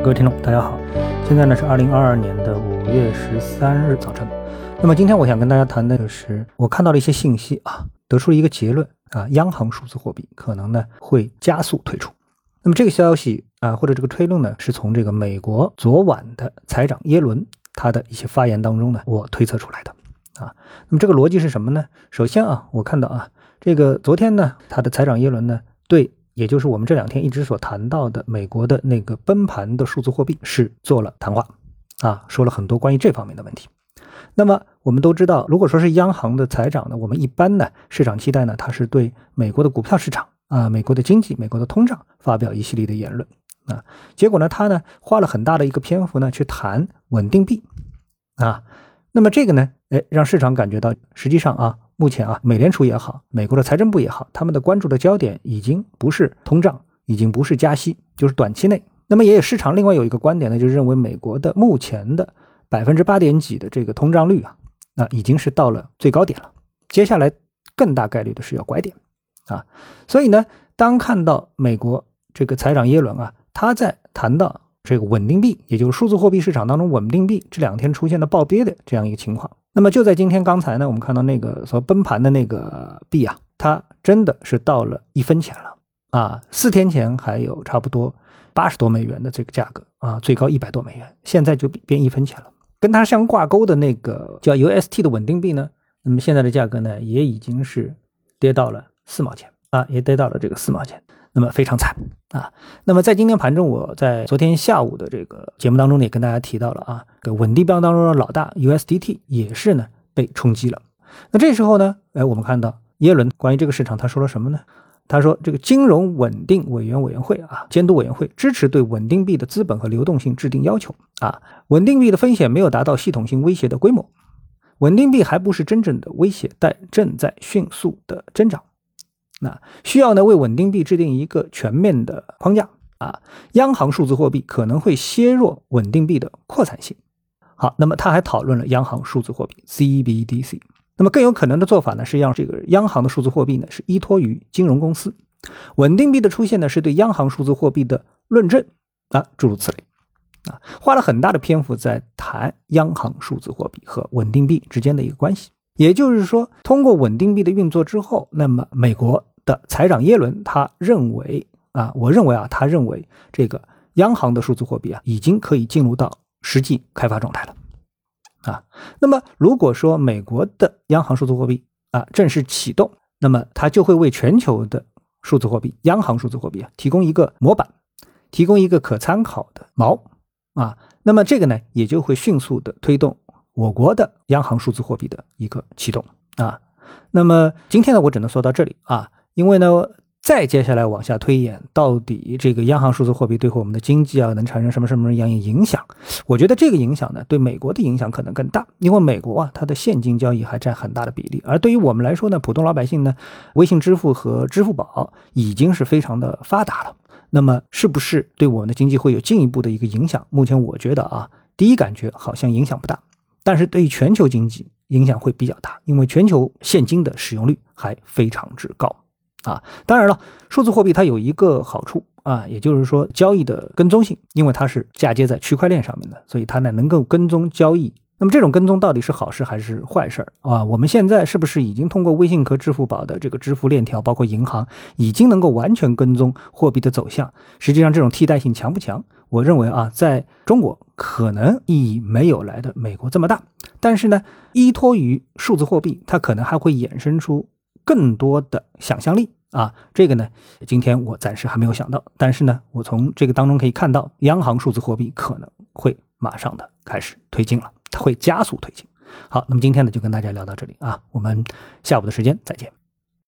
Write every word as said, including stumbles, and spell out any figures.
各位听众大家好，现在呢是二零二二年的五月十三日早晨。那么今天我想跟大家谈的是我看到了一些信息啊，得出了一个结论啊，央行数字货币可能呢会加速退出。那么这个消息啊，或者这个推论呢，是从这个美国昨晚的财长耶伦他的一些发言当中呢，我推测出来的啊。那么这个逻辑是什么呢？首先啊，我看到啊，这个昨天呢，他的财长耶伦呢，对，也就是我们这两天一直所谈到的美国的那个崩盘的数字货币是做了谈话啊，说了很多关于这方面的问题。那么我们都知道，如果说是央行的财长呢，我们一般呢市场期待呢，他是对美国的股票市场啊、美国的经济、美国的通胀发表一系列的言论啊。结果呢，他呢花了很大的一个篇幅呢去谈稳定币啊。那么这个呢，哎，让市场感觉到，实际上啊，目前啊，美联储也好，美国的财政部也好，他们的关注的焦点已经不是通胀，已经不是加息，就是短期内。那么也有市场另外有一个观点呢，就是认为美国的目前的百分之八点几的这个通胀率啊，那已经是到了最高点了，接下来更大概率的是要拐点啊。所以呢，当看到美国这个财长耶伦啊，他在谈到这个稳定币，也就是数字货币市场当中稳定币这两天出现的暴跌的这样一个情况。那么就在今天刚才呢，我们看到那个所崩盘的那个币啊，它真的是到了一分钱了啊！四天前还有差不多八十多美元的这个价格啊，最高一百多美元，现在就变一分钱了。跟它相挂钩的那个叫 U S T 的稳定币呢，那么现在的价格呢，也已经是跌到了四毛钱啊，也跌到了这个四毛钱。那么非常惨啊！那么在今天盘中，我在昨天下午的这个节目当中也跟大家提到了啊，这个稳定币当中的老大 U S D T 也是呢被冲击了。那这时候呢，哎，我们看到耶伦关于这个市场他说了什么呢？他说这个金融稳定委员委员会啊，监督委员会支持对稳定币的资本和流动性制定要求啊，稳定币的风险没有达到系统性威胁的规模，稳定币还不是真正的威胁，但正在迅速的增长。那需要呢为稳定币制定一个全面的框架啊，央行数字货币可能会削弱稳定币的扩散性。好，那么他还讨论了央行数字货币 C B D C。那么更有可能的做法呢，是让这个央行的数字货币呢是依托于金融公司，稳定币的出现呢是对央行数字货币的论证啊，诸如此类啊，花了很大的篇幅在谈央行数字货币和稳定币之间的一个关系。也就是说，通过稳定币的运作之后，那么美国的财长耶伦他认为啊，我认为啊，他认为这个央行的数字货币啊，已经可以进入到实际开发状态了啊。那么如果说美国的央行数字货币啊正式启动，那么它就会为全球的数字货币、央行数字货币啊提供一个模板，提供一个可参考的锚啊。那么这个呢，也就会迅速的推动我国的央行数字货币的一个启动啊。那么今天呢，我只能说到这里啊。因为呢，再接下来往下推演，到底这个央行数字货币对我们的经济啊，能产生什么什么样的影响？我觉得这个影响呢，对美国的影响可能更大，因为美国啊，它的现金交易还占很大的比例，而对于我们来说呢，普通老百姓呢，微信支付和支付宝已经是非常的发达了。那么，是不是对我们的经济会有进一步的一个影响？目前我觉得啊，第一感觉好像影响不大，但是对于全球经济影响会比较大，因为全球现金的使用率还非常之高。啊，当然了，数字货币它有一个好处啊，也就是说交易的跟踪性，因为它是嫁接在区块链上面的，所以它呢能够跟踪交易。那么这种跟踪到底是好事还是坏事啊？我们现在是不是已经通过微信和支付宝的这个支付链条，包括银行，已经能够完全跟踪货币的走向？实际上这种替代性强不强？我认为啊，在中国可能意义没有来的美国这么大，但是呢，依托于数字货币，它可能还会衍生出更多的想象力啊，这个呢，今天我暂时还没有想到，但是呢，我从这个当中可以看到，央行数字货币可能会马上的开始推进了，它会加速推进。好，那么今天呢，就跟大家聊到这里啊，我们下午的时间再见。